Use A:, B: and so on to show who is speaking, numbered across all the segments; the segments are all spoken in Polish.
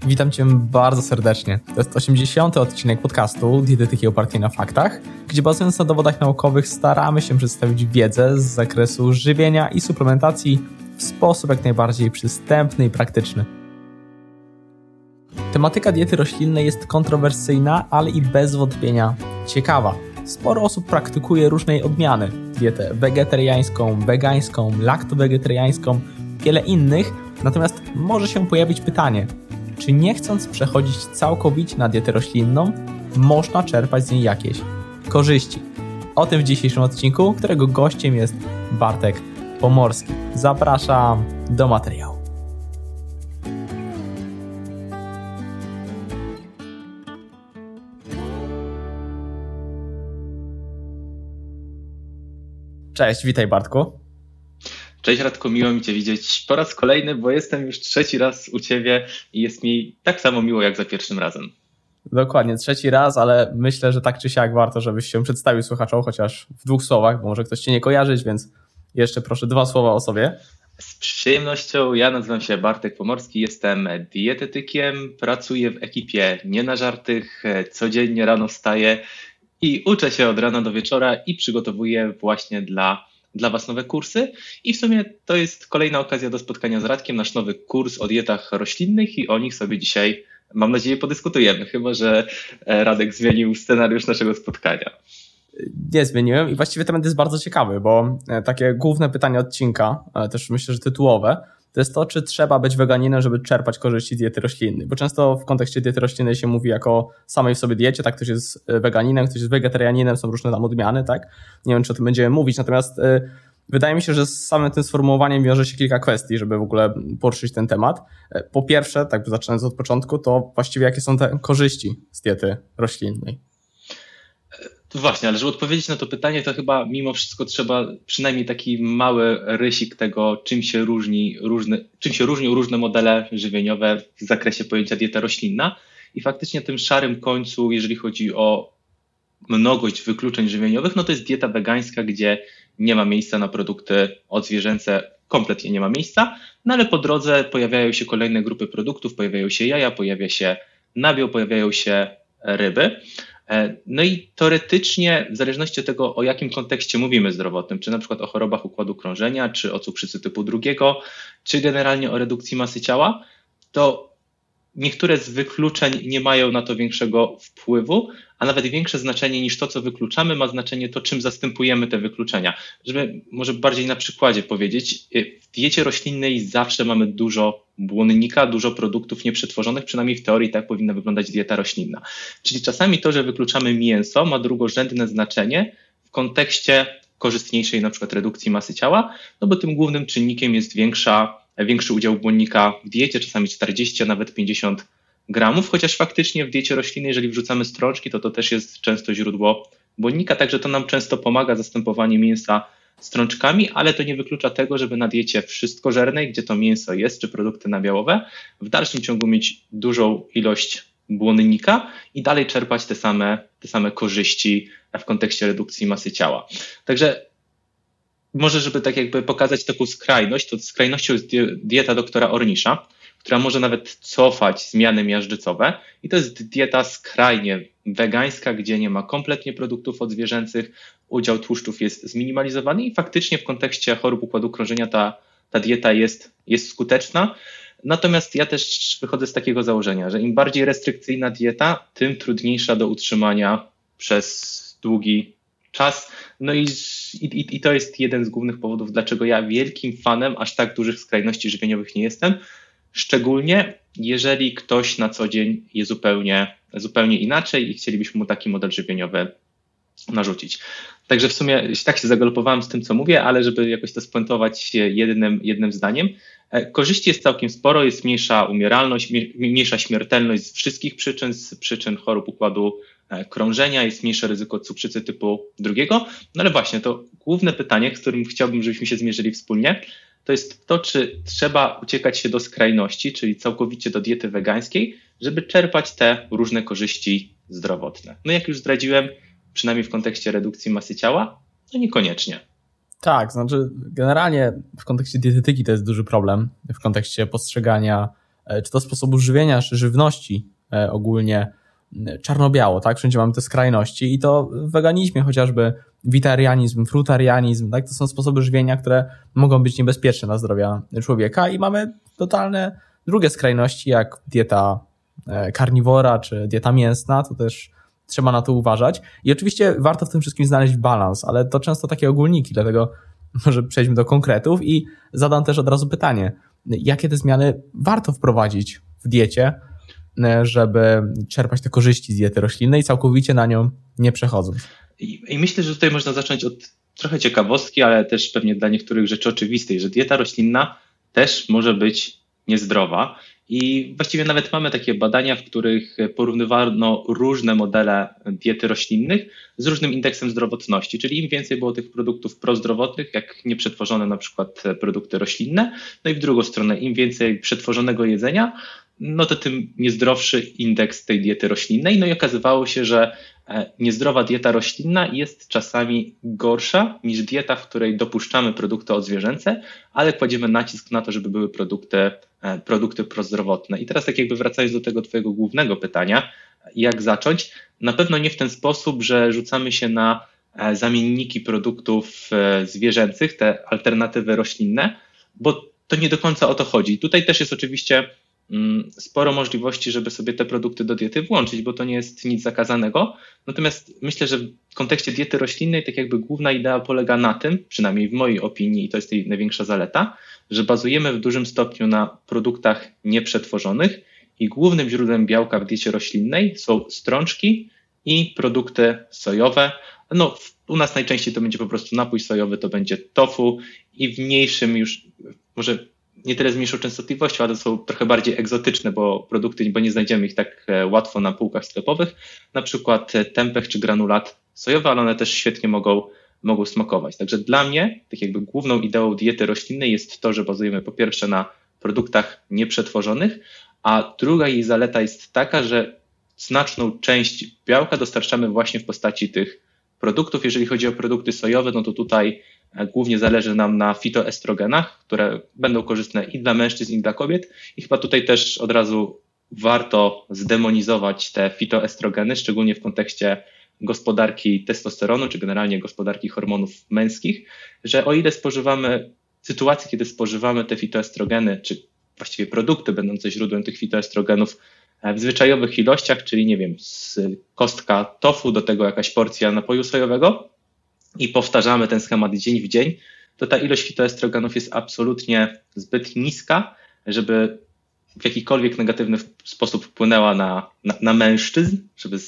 A: Witam Cię bardzo serdecznie. To jest 80. odcinek podcastu Dietetyki opartej na faktach, gdzie bazując na dowodach naukowych staramy się przedstawić wiedzę z zakresu żywienia i suplementacji w sposób jak najbardziej przystępny i praktyczny. Tematyka diety roślinnej jest kontrowersyjna, ale i bez wątpienia ciekawa. Sporo osób praktykuje różnej odmiany. Dietę wegetariańską, wegańską, laktowegetariańską, wiele innych. Natomiast może się pojawić pytanie, czy nie chcąc przechodzić całkowicie na dietę roślinną, można czerpać z niej jakieś korzyści? O tym w dzisiejszym odcinku, którego gościem jest Bartek Pomorski. Zapraszam do materiału. Cześć, witaj Bartku.
B: Cześć Radko, miło mi Cię widzieć po raz kolejny, bo jestem już trzeci raz u Ciebie i jest mi tak samo miło jak za pierwszym razem.
A: Dokładnie, trzeci raz, ale myślę, że tak czy siak warto, żebyś się przedstawił słuchaczom, chociaż w 2 słowach, bo może ktoś Cię nie kojarzyć, więc jeszcze proszę 2 słowa o sobie.
B: Z przyjemnością, ja nazywam się Bartek Pomorski, jestem dietetykiem, pracuję w ekipie Nie na Żartych, codziennie rano wstaję i uczę się od rana do wieczora i przygotowuję właśnie dla Was nowe kursy i w sumie to jest kolejna okazja do spotkania z Radkiem, nasz nowy kurs o dietach roślinnych i o nich sobie dzisiaj, mam nadzieję, podyskutujemy, chyba że Radek zmienił scenariusz naszego spotkania.
A: Nie zmieniłem i właściwie temat jest bardzo ciekawy, bo takie główne pytanie odcinka, ale też myślę, że tytułowe, to jest to, czy trzeba być weganinem, żeby czerpać korzyści z diety roślinnej, bo często w kontekście diety roślinnej się mówi jako samej w sobie diecie, tak, ktoś jest weganinem, ktoś jest wegetarianinem, są różne tam odmiany, tak, nie wiem, czy o tym będziemy mówić, natomiast wydaje mi się, że z samym tym sformułowaniem wiąże się kilka kwestii, żeby w ogóle poruszyć ten temat. Po pierwsze, tak zaczynając od początku, to właściwie jakie są te korzyści z diety roślinnej?
B: Właśnie, ale żeby odpowiedzieć na to pytanie, to chyba mimo wszystko trzeba przynajmniej taki mały rysik tego, czym się różnią różne modele żywieniowe w zakresie pojęcia dieta roślinna. I faktycznie tym szarym końcu, jeżeli chodzi o mnogość wykluczeń żywieniowych, no to jest dieta wegańska, gdzie nie ma miejsca na produkty odzwierzęce, kompletnie nie ma miejsca, no ale po drodze pojawiają się kolejne grupy produktów, pojawiają się jaja, pojawia się nabiał, pojawiają się ryby. No i teoretycznie, w zależności od tego, o jakim kontekście mówimy zdrowotnym, czy na przykład o chorobach układu krążenia, czy o cukrzycy typu 2, czy generalnie o redukcji masy ciała, to niektóre z wykluczeń nie mają na to większego wpływu, a nawet większe znaczenie niż to, co wykluczamy, ma znaczenie to, czym zastępujemy te wykluczenia. Żeby może bardziej na przykładzie powiedzieć, w diecie roślinnej zawsze mamy dużo błonnika, dużo produktów nieprzetworzonych, przynajmniej w teorii tak powinna wyglądać dieta roślinna. Czyli czasami to, że wykluczamy mięso, ma drugorzędne znaczenie w kontekście korzystniejszej na przykład redukcji masy ciała, no bo tym głównym czynnikiem jest większy udział błonnika w diecie, czasami 40, a nawet 50 gramów, chociaż faktycznie w diecie roślinnej, jeżeli wrzucamy strączki, to też jest często źródło błonnika, także to nam często pomaga zastępowanie mięsa strączkami, ale to nie wyklucza tego, żeby na diecie wszystkożernej, gdzie to mięso jest, czy produkty nabiałowe, w dalszym ciągu mieć dużą ilość błonnika i dalej czerpać te same korzyści w kontekście redukcji masy ciała. Także może, żeby tak jakby pokazać taką skrajność, to skrajnością jest dieta doktora Ornisza, która może nawet cofać zmiany miażdżycowe i to jest dieta skrajnie wegańska, gdzie nie ma kompletnie produktów odzwierzęcych, udział tłuszczów jest zminimalizowany i faktycznie w kontekście chorób układu krążenia ta dieta jest skuteczna. Natomiast ja też wychodzę z takiego założenia, że im bardziej restrykcyjna dieta, tym trudniejsza do utrzymania przez długi czas. No i to jest jeden z głównych powodów, dlaczego ja wielkim fanem aż tak dużych skrajności żywieniowych nie jestem. Szczególnie jeżeli ktoś na co dzień je zupełnie inaczej i chcielibyśmy mu taki model żywieniowy narzucić. Także w sumie tak się zagalopowałem z tym, co mówię, ale żeby jakoś to spuentować jednym zdaniem. Korzyści jest całkiem sporo, jest mniejsza umieralność, mniejsza śmiertelność z wszystkich przyczyn, z przyczyn chorób układu krążenia, jest mniejsze ryzyko cukrzycy typu 2. No ale właśnie to główne pytanie, z którym chciałbym, żebyśmy się zmierzyli wspólnie, to jest to, czy trzeba uciekać się do skrajności, czyli całkowicie do diety wegańskiej, żeby czerpać te różne korzyści zdrowotne. No jak już zdradziłem, przynajmniej w kontekście redukcji masy ciała, to niekoniecznie.
A: Tak, znaczy generalnie w kontekście dietetyki to jest duży problem, w kontekście postrzegania czy to sposobu żywienia, czy żywności ogólnie czarno-biało, tak? Wszędzie mamy te skrajności i to w weganizmie chociażby witarianizm, frutarianizm, tak? To są sposoby żywienia, które mogą być niebezpieczne dla zdrowia człowieka i mamy totalne drugie skrajności, jak dieta karniwora, czy dieta mięsna, to też trzeba na to uważać i oczywiście warto w tym wszystkim znaleźć balans, ale to często takie ogólniki, dlatego może przejdźmy do konkretów i zadam też od razu pytanie, jakie te zmiany warto wprowadzić w diecie, żeby czerpać te korzyści z diety roślinnej, całkowicie na nią nie przechodząc.
B: I myślę, że tutaj można zacząć od trochę ciekawostki, ale też pewnie dla niektórych rzeczy oczywistej, że dieta roślinna też może być niezdrowa. I właściwie nawet mamy takie badania, w których porównywano różne modele diety roślinnych z różnym indeksem zdrowotności, czyli im więcej było tych produktów prozdrowotnych, jak nieprzetworzone na przykład produkty roślinne, no i w drugą stronę im więcej przetworzonego jedzenia, no to tym niezdrowszy indeks tej diety roślinnej. No i okazywało się, że niezdrowa dieta roślinna jest czasami gorsza niż dieta, w której dopuszczamy produkty odzwierzęce, ale kładziemy nacisk na to, żeby były produkty prozdrowotne. I teraz tak jakby wracając do tego twojego głównego pytania, jak zacząć? Na pewno nie w ten sposób, że rzucamy się na zamienniki produktów zwierzęcych, te alternatywy roślinne, bo to nie do końca o to chodzi. Tutaj też jest oczywiście sporo możliwości, żeby sobie te produkty do diety włączyć, bo to nie jest nic zakazanego. Natomiast myślę, że w kontekście diety roślinnej tak jakby główna idea polega na tym, przynajmniej w mojej opinii i to jest jej największa zaleta, że bazujemy w dużym stopniu na produktach nieprzetworzonych i głównym źródłem białka w diecie roślinnej są strączki i produkty sojowe. No, u nas najczęściej to będzie po prostu napój sojowy, to będzie tofu i w mniejszym już, może nie tyle z mniejszą częstotliwością, ale to są trochę bardziej egzotyczne, bo nie znajdziemy ich tak łatwo na półkach sklepowych, na przykład tempeh czy granulat sojowy, ale one też świetnie mogą smakować. Także dla mnie tak jakby główną ideą diety roślinnej jest to, że bazujemy po pierwsze na produktach nieprzetworzonych, a druga jej zaleta jest taka, że znaczną część białka dostarczamy właśnie w postaci tych produktów. Jeżeli chodzi o produkty sojowe, no to tutaj głównie zależy nam na fitoestrogenach, które będą korzystne i dla mężczyzn, i dla kobiet. I chyba tutaj też od razu warto zdemonizować te fitoestrogeny, szczególnie w kontekście gospodarki testosteronu, czy generalnie gospodarki hormonów męskich, że o ile sytuacji, kiedy spożywamy te fitoestrogeny, czy właściwie produkty będące źródłem tych fitoestrogenów w zwyczajowych ilościach, czyli nie wiem, z kostka tofu do tego jakaś porcja napoju sojowego i powtarzamy ten schemat dzień w dzień, to ta ilość fitoestrogenów jest absolutnie zbyt niska, żeby w jakikolwiek negatywny sposób wpłynęła na mężczyzn, żeby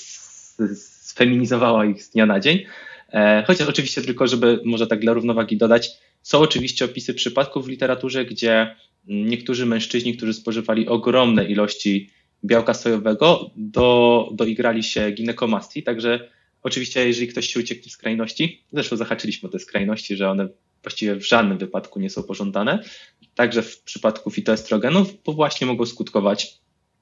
B: sfeminizowała ich z dnia na dzień. Chociaż oczywiście tylko, żeby może tak dla równowagi dodać, są oczywiście opisy przypadków w literaturze, gdzie niektórzy mężczyźni, którzy spożywali ogromne ilości białka sojowego, doigrali się ginekomastii, także oczywiście jeżeli ktoś się ucieknie w skrajności, zresztą zahaczyliśmy o te skrajności, że one właściwie w żadnym wypadku nie są pożądane, także w przypadku fitoestrogenów, bo właśnie mogą skutkować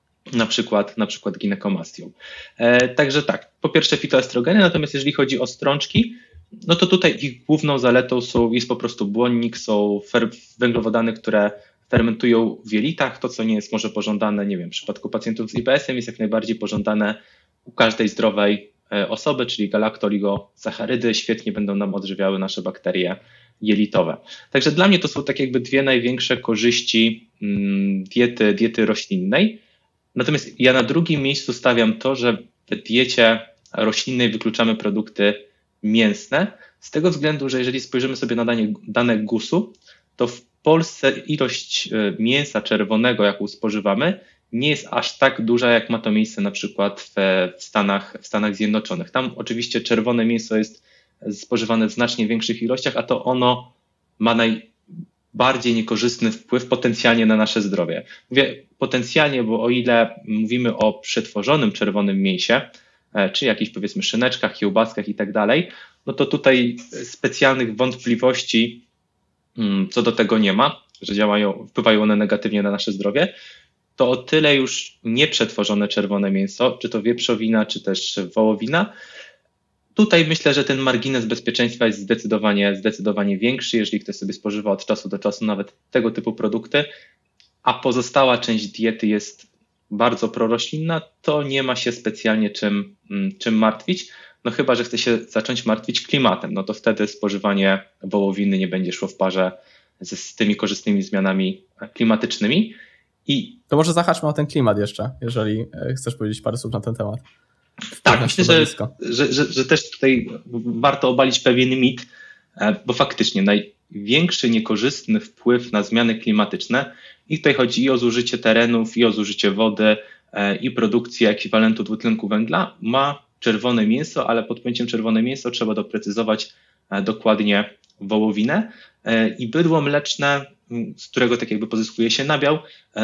B: na przykład ginekomastią. Także tak, po pierwsze fitoestrogeny, natomiast jeżeli chodzi o strączki, no to tutaj ich główną zaletą jest po prostu błonnik, są węglowodany, które fermentują w jelitach. To, co nie jest może pożądane, nie wiem, w przypadku pacjentów z IBS-em jest jak najbardziej pożądane u każdej zdrowej osoby, czyli galakto-oligosacharydy świetnie będą nam odżywiały nasze bakterie jelitowe. Także dla mnie to są tak jakby dwie największe korzyści diety roślinnej. Natomiast ja na drugim miejscu stawiam to, że w diecie roślinnej wykluczamy produkty mięsne, z tego względu, że jeżeli spojrzymy sobie na dane GUS-u, to w Polsce ilość mięsa czerwonego, jaką spożywamy, nie jest aż tak duża, jak ma to miejsce na przykład w Stanach Zjednoczonych. Tam oczywiście czerwone mięso jest spożywane w znacznie większych ilościach, a to ono ma najbardziej niekorzystny wpływ potencjalnie na nasze zdrowie. Mówię potencjalnie, bo o ile mówimy o przetworzonym czerwonym mięsie, czy jakichś powiedzmy szyneczkach, kiełbaskach i tak dalej, no to tutaj specjalnych wątpliwości co do tego nie ma, że wpływają one negatywnie na nasze zdrowie. To o tyle już nieprzetworzone czerwone mięso, czy to wieprzowina, czy też wołowina, tutaj myślę, że ten margines bezpieczeństwa jest zdecydowanie większy, jeżeli ktoś sobie spożywa od czasu do czasu nawet tego typu produkty, a pozostała część diety jest bardzo proroślinna, to nie ma się specjalnie czym martwić. No chyba, że chce się zacząć martwić klimatem, no to wtedy spożywanie wołowiny nie będzie szło w parze z tymi korzystnymi zmianami klimatycznymi.
A: To może zahaczmy o ten klimat jeszcze, jeżeli chcesz powiedzieć parę słów na ten temat.
B: Tak, myślę, że też tutaj warto obalić pewien mit, bo faktycznie największy niekorzystny wpływ na zmiany klimatyczne, i tutaj chodzi i o zużycie terenów, i o zużycie wody, i produkcję ekwiwalentu dwutlenku węgla, ma czerwone mięso, ale pod pojęciem czerwone mięso trzeba doprecyzować dokładnie wołowinę i bydło mleczne, z którego tak jakby pozyskuje się nabiał.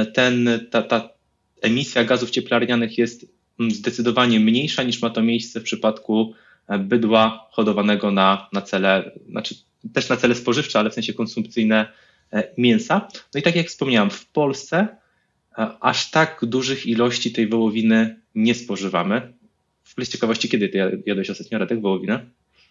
B: Ta emisja gazów cieplarnianych jest zdecydowanie mniejsza niż ma to miejsce w przypadku bydła hodowanego na cele, znaczy też na cele spożywcze, ale w sensie konsumpcyjne mięsa. No i tak jak wspomniałem, w Polsce aż tak dużych ilości tej wołowiny nie spożywamy. Z ciekawości, kiedy ty jadłeś ostatnio, Radek, wołowinę?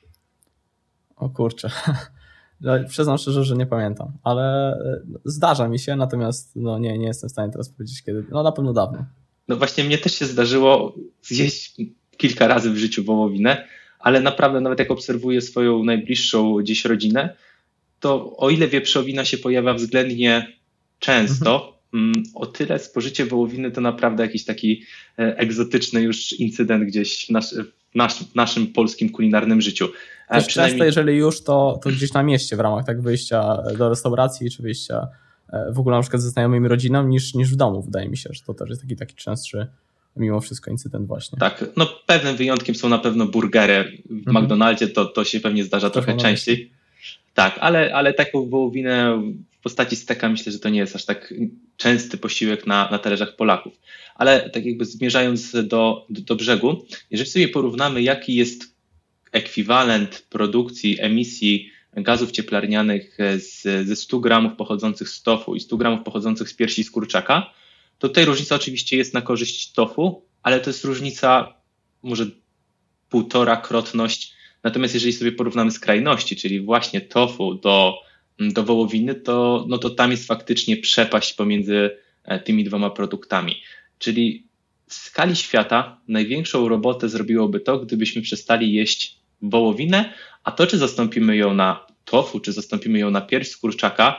A: O kurczę, przyznam szczerze, że nie pamiętam, ale zdarza mi się, natomiast nie jestem w stanie teraz powiedzieć kiedy, na pewno dawno.
B: No właśnie mnie też się zdarzyło zjeść kilka razy w życiu wołowinę, ale naprawdę nawet jak obserwuję swoją najbliższą gdzieś rodzinę, to o ile wieprzowina się pojawia względnie często, o tyle spożycie wołowiny to naprawdę jakiś taki egzotyczny już incydent gdzieś w naszym polskim kulinarnym życiu.
A: Też często, jeżeli już, to gdzieś na mieście w ramach tak wyjścia do restauracji, czy wyjścia w ogóle na przykład ze znajomymi rodziną, niż w domu. Wydaje mi się, że to też jest taki częstszy mimo wszystko incydent właśnie.
B: Tak, no pewnym wyjątkiem są na pewno burgery w McDonaldzie, to się pewnie zdarza trochę częściej. Tak, ale taką wołowinę w postaci steka myślę, że to nie jest aż tak częsty posiłek na talerzach Polaków. Ale tak jakby zmierzając do brzegu, jeżeli sobie porównamy, jaki jest ekwiwalent produkcji emisji gazów cieplarnianych ze 100 gramów pochodzących z tofu i 100 gramów pochodzących z piersi z kurczaka, to tutaj różnica oczywiście jest na korzyść tofu, ale to jest różnica może 1,5-krotność. Natomiast jeżeli sobie porównamy skrajności, czyli właśnie tofu do wołowiny, to tam jest faktycznie przepaść pomiędzy tymi dwoma produktami. Czyli w skali świata największą robotę zrobiłoby to, gdybyśmy przestali jeść wołowinę, a to, czy zastąpimy ją na tofu, czy zastąpimy ją na pierś z kurczaka,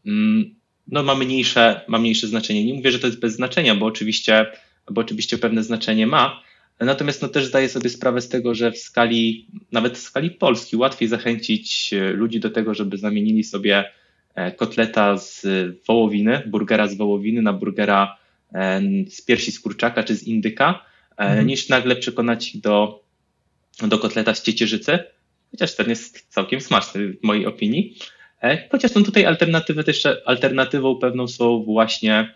B: ma mniejsze znaczenie. Nie mówię, że to jest bez znaczenia, bo oczywiście pewne znaczenie ma. Natomiast też zdaję sobie sprawę z tego, że nawet w skali Polski łatwiej zachęcić ludzi do tego, żeby zamienili sobie kotleta z wołowiny, burgera z wołowiny na burgera z piersi z kurczaka czy z indyka, niż nagle przekonać ich do kotleta z ciecierzycy, chociaż ten jest całkiem smaczny w mojej opinii. Chociaż są tutaj alternatywy, też alternatywą pewną są właśnie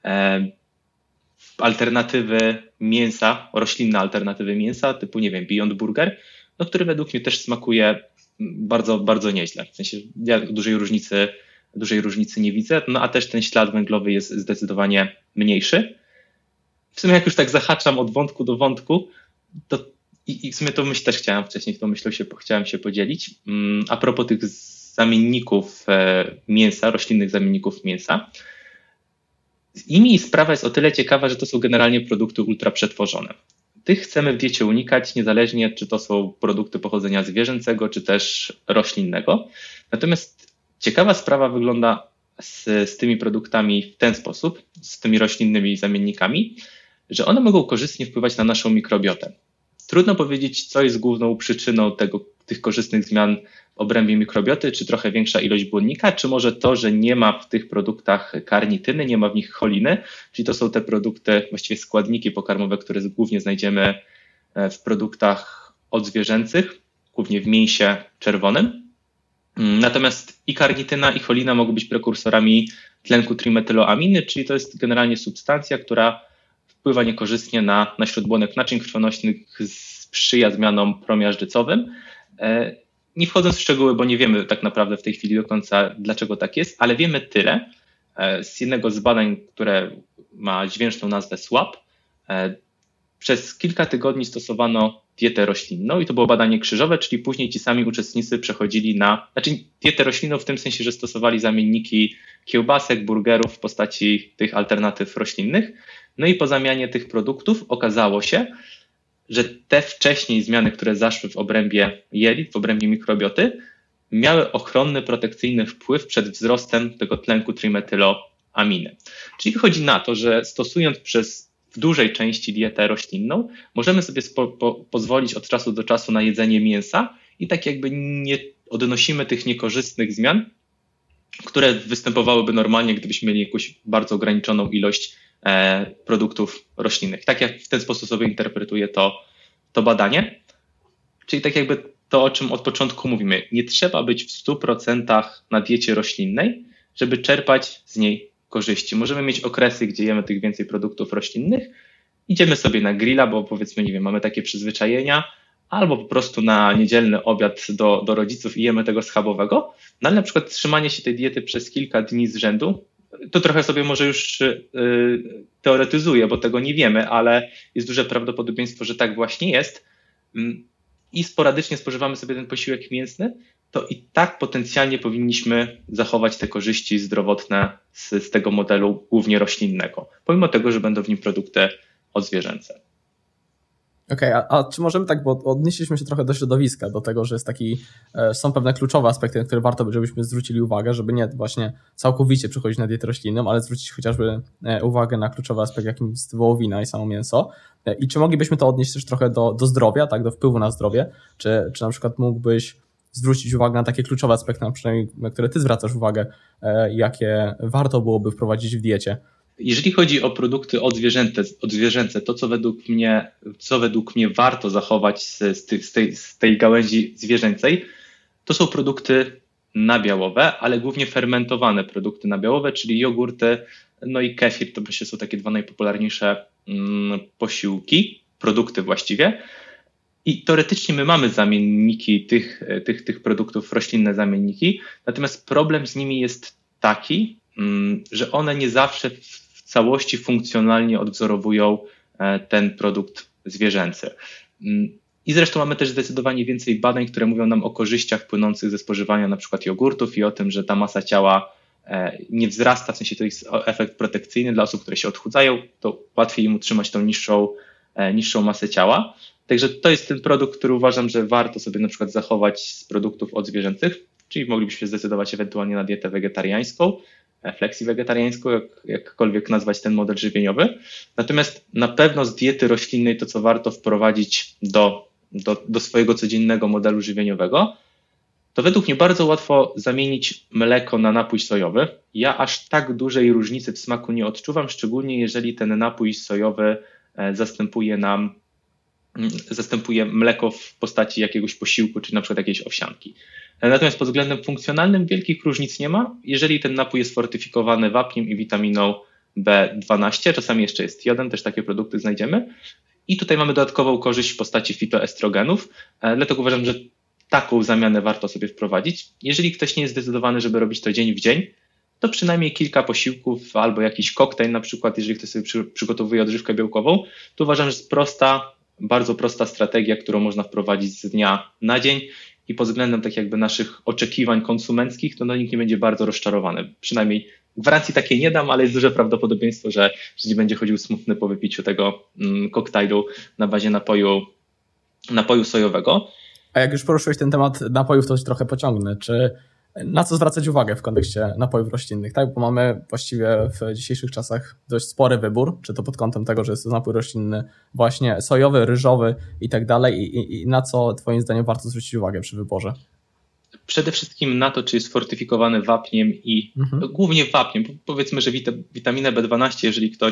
B: alternatywy mięsa, roślinne alternatywy mięsa, typu, nie wiem, Beyond Burger, który według mnie też smakuje bardzo, bardzo nieźle. W sensie ja dużej różnicy nie widzę, a też ten ślad węglowy jest zdecydowanie mniejszy. W sumie jak już tak zahaczam od wątku do wątku, to i w sumie tą myśl też chciałem się podzielić. A propos tych zamienników mięsa, roślinnych zamienników mięsa, z nimi sprawa jest o tyle ciekawa, że to są generalnie produkty ultraprzetworzone. Tych chcemy w diecie unikać, niezależnie czy to są produkty pochodzenia zwierzęcego, czy też roślinnego. Natomiast ciekawa sprawa wygląda z tymi produktami w ten sposób, z tymi roślinnymi zamiennikami, że one mogą korzystnie wpływać na naszą mikrobiotę. Trudno powiedzieć, co jest główną przyczyną tych korzystnych zmian w obrębie mikrobioty, czy trochę większa ilość błonnika, czy może to, że nie ma w tych produktach karnityny, nie ma w nich choliny, czyli to są te produkty, właściwie składniki pokarmowe, które głównie znajdziemy w produktach odzwierzęcych, głównie w mięsie czerwonym. Natomiast i karnityna, i cholina mogą być prekursorami tlenku trimetyloaminy, czyli to jest generalnie substancja, która wpływa niekorzystnie na śródbłonek naczyń krwionośnych, sprzyja zmianom promiażdżycowym. Nie wchodząc w szczegóły, bo nie wiemy tak naprawdę w tej chwili do końca, dlaczego tak jest, ale wiemy tyle z jednego z badań, które ma dźwięczną nazwę SWAP. przez kilka tygodni stosowano dietę roślinną i to było badanie krzyżowe, czyli później ci sami uczestnicy przechodzili dietę roślinną w tym sensie, że stosowali zamienniki kiełbasek, burgerów w postaci tych alternatyw roślinnych. No i po zamianie tych produktów okazało się, że te wcześniej zmiany, które zaszły w obrębie jelit, w obrębie mikrobioty, miały ochronny, protekcyjny wpływ przed wzrostem tego tlenku trimetyloaminy. Czyli wychodzi na to, że stosując w dużej części dietę roślinną, możemy sobie pozwolić od czasu do czasu na jedzenie mięsa i tak jakby nie odnosimy tych niekorzystnych zmian, które występowałyby normalnie, gdybyśmy mieli jakąś bardzo ograniczoną ilość produktów roślinnych. Tak jak w ten sposób sobie interpretuję to badanie. Czyli tak jakby to, o czym od początku mówimy. Nie trzeba być w 100% na diecie roślinnej, żeby czerpać z niej korzyści. Możemy mieć okresy, gdzie jemy tych więcej produktów roślinnych, idziemy sobie na grilla, bo powiedzmy, nie wiem, mamy takie przyzwyczajenia, albo po prostu na niedzielny obiad do rodziców i jemy tego schabowego. No ale na przykład trzymanie się tej diety przez kilka dni z rzędu, to trochę sobie może już teoretyzuję, bo tego nie wiemy, ale jest duże prawdopodobieństwo, że tak właśnie jest i sporadycznie spożywamy sobie ten posiłek mięsny, to i tak potencjalnie powinniśmy zachować te korzyści zdrowotne z tego modelu głównie roślinnego, pomimo tego, że będą w nim produkty odzwierzęce.
A: Okej, a czy możemy tak, bo odnieśliśmy się trochę do środowiska, do tego, że są pewne kluczowe aspekty, na które warto, żebyśmy zwrócili uwagę, żeby nie właśnie całkowicie przechodzić na dietę roślinną, ale zwrócić chociażby uwagę na kluczowy aspekt, jakim jest wołowina i samo mięso. I czy moglibyśmy to odnieść też trochę do zdrowia, tak, do wpływu na zdrowie? Czy na przykład mógłbyś zwrócić uwagę na takie kluczowe aspekty, na przynajmniej na które ty zwracasz uwagę, jakie warto byłoby wprowadzić w diecie?
B: Jeżeli chodzi o produkty odzwierzęce, to co według mnie warto zachować z tej gałęzi zwierzęcej, to są produkty nabiałowe, ale głównie fermentowane produkty nabiałowe, czyli jogurty, no i kefir, to myślę są takie dwa najpopularniejsze posiłki, produkty właściwie. I teoretycznie my mamy zamienniki tych produktów, roślinne zamienniki, natomiast problem z nimi jest taki, że one nie zawsze w całości funkcjonalnie odwzorowują ten produkt zwierzęcy. I zresztą mamy też zdecydowanie więcej badań, które mówią nam o korzyściach płynących ze spożywania na przykład jogurtów i o tym, że ta masa ciała nie wzrasta, w sensie to jest efekt protekcyjny dla osób, które się odchudzają, to łatwiej im utrzymać tą niższą masę ciała. Także to jest ten produkt, który uważam, że warto sobie na przykład zachować z produktów odzwierzęcych, czyli moglibyśmy zdecydować ewentualnie na dietę wegetariańską, flexiwegetariańską, jakkolwiek nazwać ten model żywieniowy. Natomiast na pewno z diety roślinnej to, co warto wprowadzić do swojego codziennego modelu żywieniowego, to według mnie bardzo łatwo zamienić mleko na napój sojowy. Ja aż tak dużej różnicy w smaku nie odczuwam, szczególnie jeżeli ten napój sojowy zastępuje mleko w postaci jakiegoś posiłku, czy na przykład jakiejś owsianki. Natomiast pod względem funkcjonalnym wielkich różnic nie ma, jeżeli ten napój jest fortyfikowany wapniem i witaminą B12, czasami jeszcze jest jodem, też takie produkty znajdziemy. I tutaj mamy dodatkową korzyść w postaci fitoestrogenów, dlatego uważam, że taką zamianę warto sobie wprowadzić. Jeżeli ktoś nie jest zdecydowany, żeby robić to dzień w dzień, to przynajmniej kilka posiłków albo jakiś koktajl na przykład, jeżeli ktoś sobie przygotowuje odżywkę białkową, to uważam, że jest bardzo prosta strategia, którą można wprowadzić z dnia na dzień i pod względem tak jakby naszych oczekiwań konsumenckich, to nikt nie będzie bardzo rozczarowany. Przynajmniej gwarancji takiej nie dam, ale jest duże prawdopodobieństwo, że nie będzie chodził smutny po wypiciu tego koktajlu na bazie napoju sojowego.
A: A jak już poruszyłeś ten temat napojów, to się trochę pociągnę. Na co zwracać uwagę w kontekście napojów roślinnych, tak? Bo mamy właściwie w dzisiejszych czasach dość spory wybór, czy to pod kątem tego, że jest to napój roślinny właśnie sojowy, ryżowy i tak dalej i na co twoim zdaniem warto zwrócić uwagę przy wyborze?
B: Przede wszystkim na to, czy jest fortyfikowany wapniem i głównie wapniem. Powiedzmy, że witaminę B12,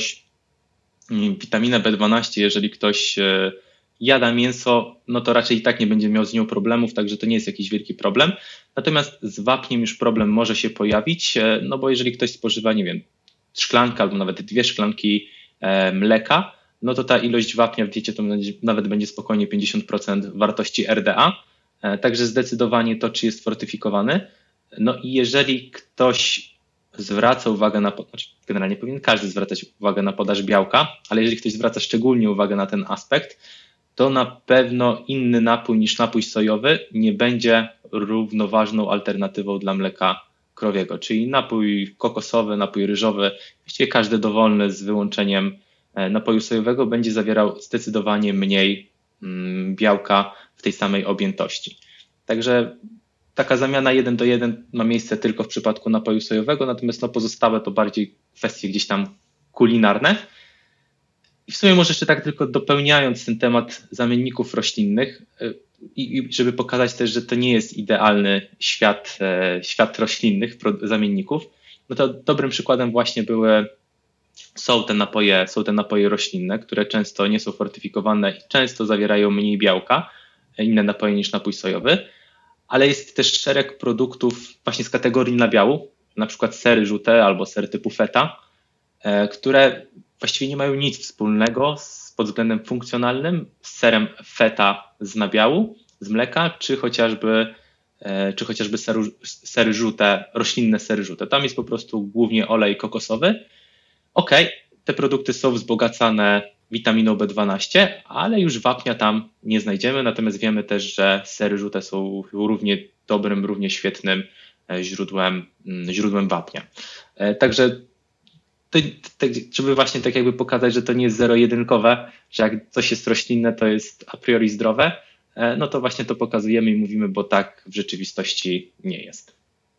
B: jeżeli ktoś jada mięso, no to raczej i tak nie będzie miał z nią problemów, także to nie jest jakiś wielki problem. Natomiast z wapniem już problem może się pojawić, no bo jeżeli ktoś spożywa, nie wiem, szklankę albo nawet 2 szklanki mleka, no to ta ilość wapnia w diecie to nawet będzie spokojnie 50% wartości RDA. Także zdecydowanie to, czy jest fortyfikowany. No i jeżeli ktoś zwraca uwagę generalnie powinien każdy zwracać uwagę na podaż białka, ale jeżeli ktoś zwraca szczególnie uwagę na ten aspekt, to na pewno inny napój niż napój sojowy nie będzie równoważną alternatywą dla mleka krowiego, czyli napój kokosowy, napój ryżowy, właściwie każdy dowolny z wyłączeniem napoju sojowego będzie zawierał zdecydowanie mniej białka w tej samej objętości. Także taka zamiana 1:1 ma miejsce tylko w przypadku napoju sojowego, natomiast pozostałe to bardziej kwestie gdzieś tam kulinarne. I w sumie może jeszcze tak tylko dopełniając ten temat zamienników roślinnych i żeby pokazać też, że to nie jest idealny świat roślinnych zamienników, no to dobrym przykładem właśnie są te napoje roślinne, które często nie są fortyfikowane i często zawierają mniej białka, inne napoje niż napój sojowy, ale jest też szereg produktów właśnie z kategorii nabiału, na przykład sery żółte albo sery typu feta, które właściwie nie mają nic wspólnego pod względem funkcjonalnym z serem feta z nabiału, z mleka, czy chociażby sery żółte, roślinne sery żółte. Tam jest po prostu głównie olej kokosowy. Te produkty są wzbogacane witaminą B12, ale już wapnia tam nie znajdziemy, natomiast wiemy też, że sery żółte są równie dobrym, równie świetnym źródłem wapnia. Także żeby właśnie tak jakby pokazać, że to nie jest zero-jedynkowe, że jak coś jest roślinne, to jest a priori zdrowe, no to właśnie to pokazujemy i mówimy, bo tak w rzeczywistości nie jest.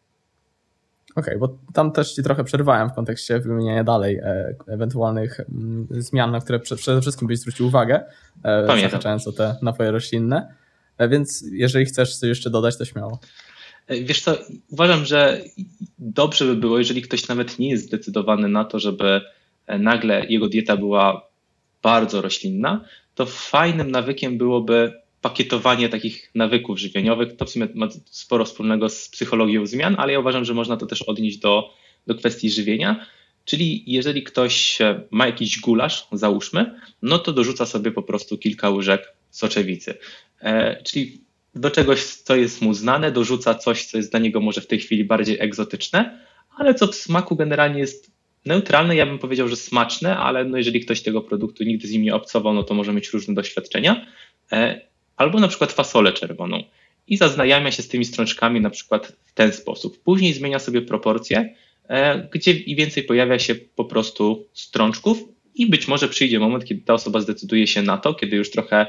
A: Okej, bo tam też ci trochę przerwałem w kontekście wymieniania dalej ewentualnych zmian, na które przede wszystkim byś zwrócił uwagę, zahaczając o te napoje roślinne, więc jeżeli chcesz coś jeszcze dodać, to śmiało.
B: Wiesz co, uważam, że dobrze by było, jeżeli ktoś nawet nie jest zdecydowany na to, żeby nagle jego dieta była bardzo roślinna, to fajnym nawykiem byłoby pakietowanie takich nawyków żywieniowych. To w sumie ma sporo wspólnego z psychologią zmian, ale ja uważam, że można to też odnieść do kwestii żywienia. Czyli jeżeli ktoś ma jakiś gulasz, załóżmy, no to dorzuca sobie po prostu kilka łyżek soczewicy. Czyli do czegoś, co jest mu znane, dorzuca coś, co jest dla niego może w tej chwili bardziej egzotyczne, ale co w smaku generalnie jest neutralne. Ja bym powiedział, że smaczne, ale jeżeli ktoś tego produktu nigdy z nim nie obcował, no to może mieć różne doświadczenia. Albo na przykład fasolę czerwoną i zaznajamia się z tymi strączkami na przykład w ten sposób. Później zmienia sobie proporcje, gdzie i więcej pojawia się po prostu strączków i być może przyjdzie moment, kiedy ta osoba zdecyduje się na to, kiedy już trochę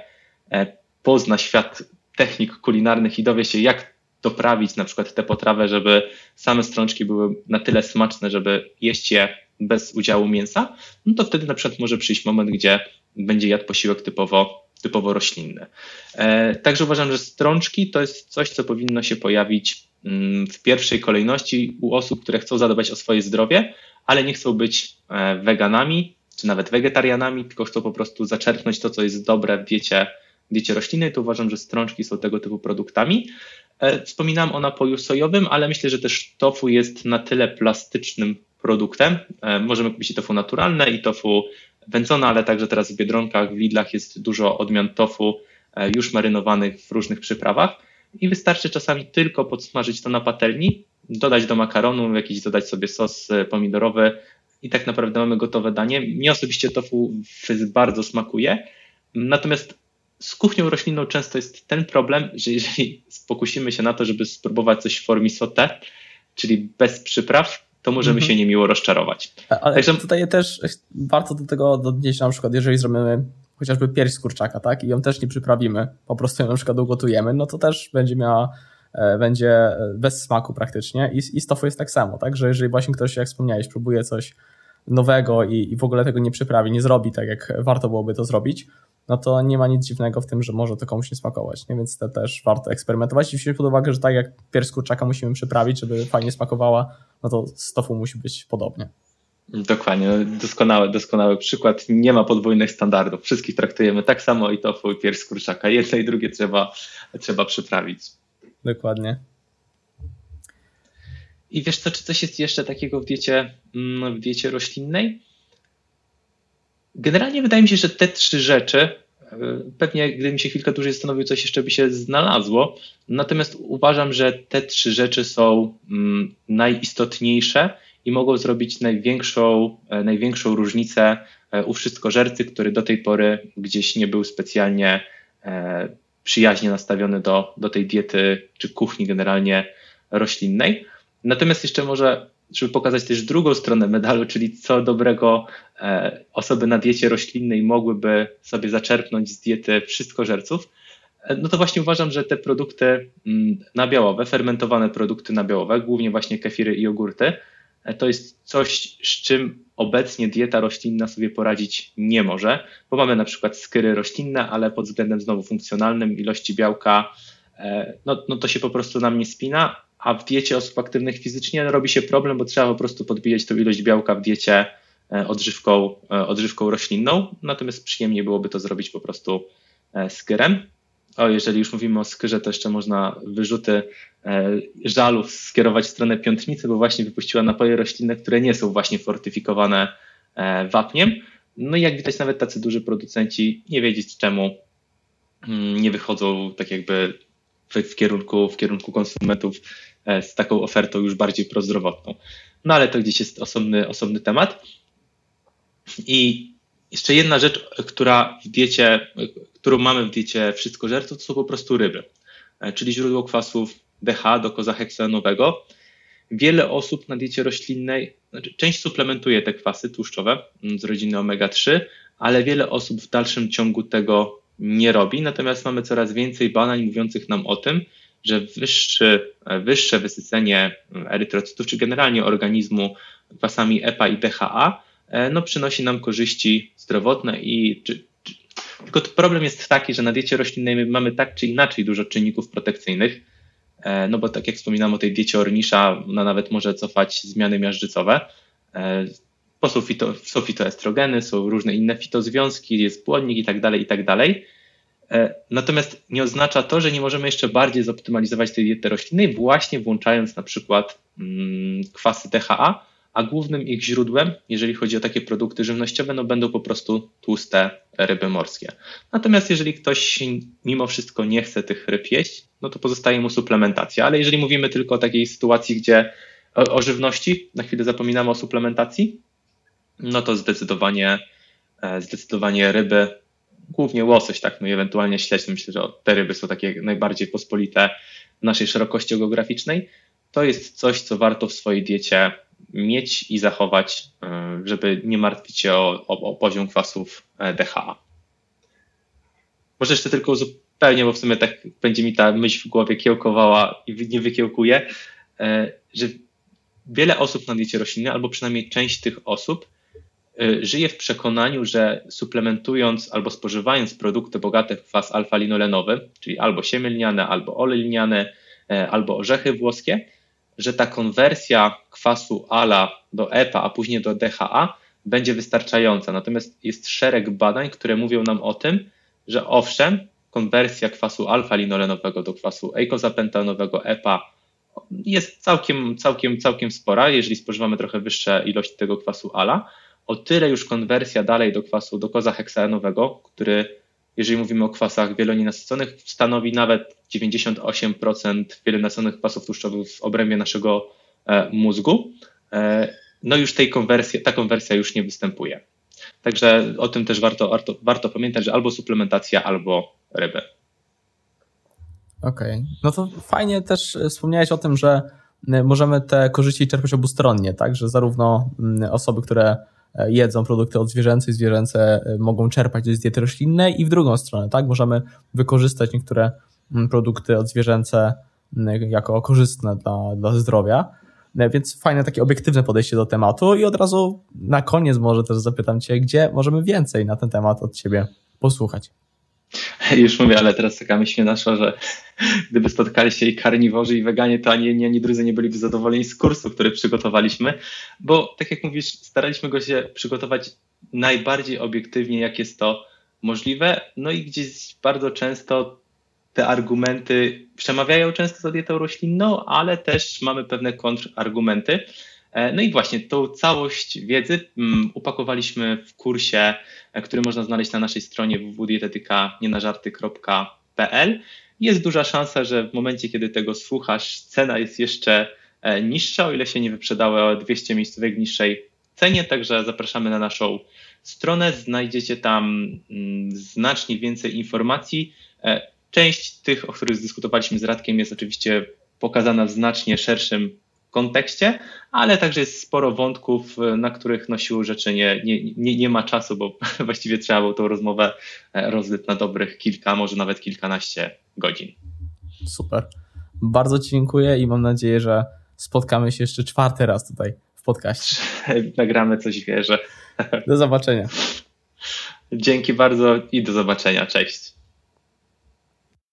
B: pozna świat technik kulinarnych i dowie się, jak doprawić na przykład tę potrawę, żeby same strączki były na tyle smaczne, żeby jeść je bez udziału mięsa, no to wtedy na przykład może przyjść moment, gdzie będzie jadł posiłek typowo roślinny. Także uważam, że strączki to jest coś, co powinno się pojawić w pierwszej kolejności u osób, które chcą zadbać o swoje zdrowie, ale nie chcą być weganami czy nawet wegetarianami, tylko chcą po prostu zaczerpnąć to, co jest dobre w diecie roślinnej, to uważam, że strączki są tego typu produktami. Wspominałem o napoju sojowym, ale myślę, że też tofu jest na tyle plastycznym produktem. Możemy kupić i tofu naturalne i tofu wędzone, ale także teraz w Biedronkach, w Lidlach jest dużo odmian tofu już marynowanych w różnych przyprawach i wystarczy czasami tylko podsmażyć to na patelni, dodać do makaronu, dodać sobie sos pomidorowy i tak naprawdę mamy gotowe danie. Mnie osobiście tofu bardzo smakuje, natomiast z kuchnią roślinną często jest ten problem, że jeżeli pokusimy się na to, żeby spróbować coś w formie sauté, czyli bez przypraw, to możemy się niemiło rozczarować.
A: Ale także tutaj też warto do tego dodać, na przykład jeżeli zrobimy chociażby pierś z kurczaka, tak, i ją też nie przyprawimy, po prostu ją na przykład ugotujemy, no to też będzie bez smaku praktycznie i z tofu jest tak samo, tak, że jeżeli właśnie ktoś, jak wspomniałeś, próbuje coś nowego i w ogóle tego nie przyprawi, nie zrobi tak, jak warto byłoby to zrobić, no to nie ma nic dziwnego w tym, że może to komuś nie smakować, nie? Więc to też warto eksperymentować i wziąć pod uwagę, że tak jak pierś z kurczaka musimy przyprawić, żeby fajnie smakowała, no to z tofu musi być podobnie.
B: Dokładnie, doskonały przykład. Nie ma podwójnych standardów. Wszystkich traktujemy tak samo i tofu i pierś z kurczaka. Jedno i drugie trzeba przyprawić.
A: Dokładnie.
B: I wiesz co, czy coś jest jeszcze takiego w diecie roślinnej? Generalnie wydaje mi się, że te trzy rzeczy, pewnie gdybym się chwilkę dłużej zastanowił, coś jeszcze by się znalazło, natomiast uważam, że te trzy rzeczy są najistotniejsze i mogą zrobić największą różnicę u wszystkożercy, który do tej pory gdzieś nie był specjalnie przyjaźnie nastawiony do tej diety czy kuchni generalnie roślinnej. Natomiast jeszcze może, żeby pokazać też drugą stronę medalu, czyli co dobrego osoby na diecie roślinnej mogłyby sobie zaczerpnąć z diety wszystkożerców, no to właśnie uważam, że te produkty nabiałowe, fermentowane produkty nabiałowe, głównie właśnie kefiry i jogurty, to jest coś, z czym obecnie dieta roślinna sobie poradzić nie może, bo mamy na przykład skyry roślinne, ale pod względem znowu funkcjonalnym, ilości białka, no to się po prostu nam nie spina, a w diecie osób aktywnych fizycznie robi się problem, bo trzeba po prostu podbijać tą ilość białka w diecie odżywką roślinną, natomiast przyjemniej byłoby to zrobić po prostu skyrem. Jeżeli już mówimy o skyrze, to jeszcze można wyrzuty żalów skierować w stronę Piątnicy, bo właśnie wypuściła napoje roślinne, które nie są właśnie fortyfikowane wapniem. No i jak widać, nawet tacy duży producenci, nie wiedzieć czemu, nie wychodzą tak jakby w kierunku konsumentów z taką ofertą już bardziej prozdrowotną. No ale to gdzieś jest osobny temat. I jeszcze jedna rzecz, którą mamy w diecie wszystkożerców, to są po prostu ryby, czyli źródło kwasów DHA, dokozaheksaenowego. Wiele osób na diecie roślinnej, część suplementuje te kwasy tłuszczowe z rodziny omega-3, ale wiele osób w dalszym ciągu tego nie robi. Natomiast mamy coraz więcej badań mówiących nam o tym, że wyższe wysycenie erytrocytów, czy generalnie organizmu kwasami EPA i DHA, no przynosi nam korzyści zdrowotne tylko problem jest taki, że na diecie roślinnej mamy tak czy inaczej dużo czynników protekcyjnych, no bo tak jak wspominam o tej diecie Ornisza, ona nawet może cofać zmiany miażdżycowe, bo są fitoestrogeny, są różne inne fitozwiązki, jest błonnik i tak dalej. Natomiast nie oznacza to, że nie możemy jeszcze bardziej zoptymalizować tej diety roślinnej, właśnie włączając na przykład kwasy DHA, a głównym ich źródłem, jeżeli chodzi o takie produkty żywnościowe, no będą po prostu tłuste ryby morskie. Natomiast jeżeli ktoś mimo wszystko nie chce tych ryb jeść, no to pozostaje mu suplementacja, ale jeżeli mówimy tylko o takiej sytuacji, gdzie o żywności, na chwilę zapominamy o suplementacji, no to zdecydowanie ryby, głównie łosoś, tak, no i ewentualnie śledź, myślę, że te ryby są takie najbardziej pospolite w naszej szerokości geograficznej. To jest coś, co warto w swojej diecie mieć i zachować, żeby nie martwić się o poziom kwasów DHA. Może jeszcze tylko uzupełnię, bo w sumie tak będzie mi ta myśl w głowie kiełkowała i nie wykiełkuje, że wiele osób na diecie roślinnej, albo przynajmniej część tych osób, żyje w przekonaniu, że suplementując albo spożywając produkty bogate w kwas alfa-linolenowy, czyli albo siemię lniane, albo olej lniany, albo orzechy włoskie, że ta konwersja kwasu ALA do EPA, a później do DHA będzie wystarczająca. Natomiast jest szereg badań, które mówią nam o tym, że owszem, konwersja kwasu alfa-linolenowego do kwasu eikozapentanowego EPA jest całkiem spora, jeżeli spożywamy trochę wyższe ilości tego kwasu ALA. O tyle już konwersja dalej do kwasu dokozaheksaenowego, który, jeżeli mówimy o kwasach wielonienasyconych, stanowi nawet 98% wielonienasyconych kwasów tłuszczowych w obrębie naszego mózgu, no już ta konwersja już nie występuje. Także o tym też warto pamiętać, że albo suplementacja, albo ryby.
A: Okej. No to fajnie też wspomniałeś o tym, że możemy te korzyści czerpać obustronnie, tak? Że zarówno osoby, które jedzą produkty odzwierzęce i zwierzęce mogą czerpać z diety roślinnej i w drugą stronę, tak? Możemy wykorzystać niektóre produkty odzwierzęce jako korzystne dla zdrowia. Więc fajne takie obiektywne podejście do tematu i od razu na koniec może też zapytam Cię, gdzie możemy więcej na ten temat od Ciebie posłuchać.
B: Już mówię, ale teraz taka myśl mnie naszła, że gdyby spotkali się i karniworzy i weganie, to ani drudzy nie byliby zadowoleni z kursu, który przygotowaliśmy, bo tak jak mówisz, staraliśmy go się przygotować najbardziej obiektywnie, jak jest to możliwe, no i gdzieś bardzo często te argumenty przemawiają często za dietą roślinną, ale też mamy pewne kontrargumenty. No i właśnie tą całość wiedzy upakowaliśmy w kursie, który można znaleźć na naszej stronie www.dietetykanienażarty.pl. Jest duża szansa, że w momencie, kiedy tego słuchasz, cena jest jeszcze niższe, o ile się nie wyprzedały o 200 miejscówek w niższej cenie, także zapraszamy na naszą stronę, znajdziecie tam znacznie więcej informacji. Część tych, o których dyskutowaliśmy z Radkiem, jest oczywiście pokazana w znacznie szerszym kontekście, ale także jest sporo wątków, na których siłą rzeczy nie ma czasu, bo właściwie trzeba było tą rozmowę rozbyć na dobrych kilka, może nawet kilkanaście godzin.
A: Super. Bardzo Ci dziękuję i mam nadzieję, że spotkamy się jeszcze 4. raz tutaj w podcaście.
B: Nagramy coś, wierzę.
A: Do zobaczenia.
B: Dzięki bardzo i do zobaczenia. Cześć.